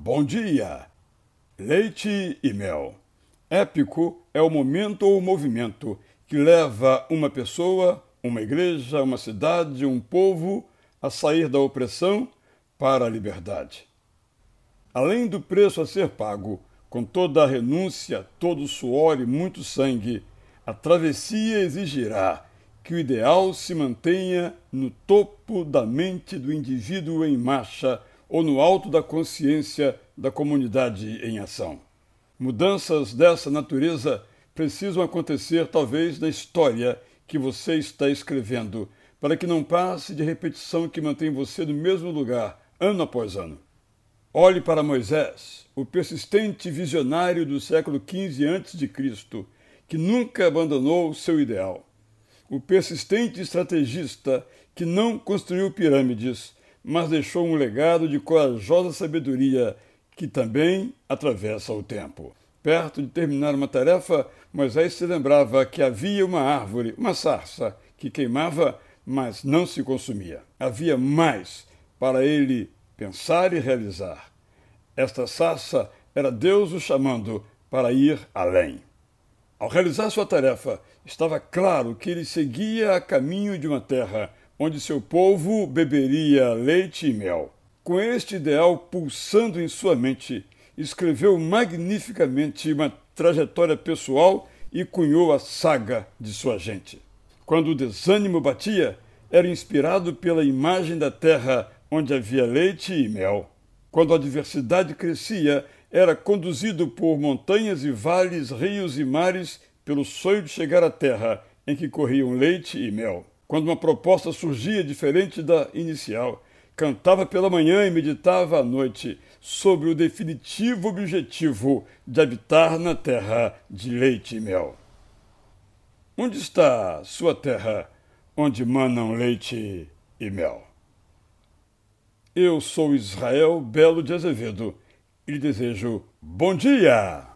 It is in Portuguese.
Bom dia! Leite e mel. Épico é o momento ou movimento que leva uma pessoa, uma igreja, uma cidade, um povo a sair da opressão para a liberdade. Além do preço a ser pago, com toda a renúncia, todo o suor e muito sangue, a travessia exigirá que o ideal se mantenha no topo da mente do indivíduo em marcha ou no alto da consciência da comunidade em ação. Mudanças dessa natureza precisam acontecer talvez na história que você está escrevendo, para que não passe de repetição que mantém você no mesmo lugar, ano após ano. Olhe para Moisés, o persistente visionário do século XV a.C., que nunca abandonou seu ideal. O persistente estrategista que não construiu pirâmides, mas deixou um legado de corajosa sabedoria que também atravessa o tempo. Perto de terminar uma tarefa, Moisés se lembrava que havia uma árvore, uma sarça, que queimava, mas não se consumia. Havia mais para ele pensar e realizar. Esta sarça era Deus o chamando para ir além. Ao realizar sua tarefa, estava claro que ele seguia a caminho de uma terra onde seu povo beberia leite e mel. Com este ideal pulsando em sua mente, escreveu magnificamente uma trajetória pessoal e cunhou a saga de sua gente. Quando o desânimo batia, era inspirado pela imagem da terra onde havia leite e mel. Quando a adversidade crescia, era conduzido por montanhas e vales, rios e mares, pelo sonho de chegar à terra em que corriam leite e mel. Quando uma proposta surgia diferente da inicial, cantava pela manhã e meditava à noite sobre o definitivo objetivo de habitar na terra de leite e mel. Onde está sua terra, onde manam leite e mel? Eu sou Israel Belo de Azevedo e lhe desejo bom dia!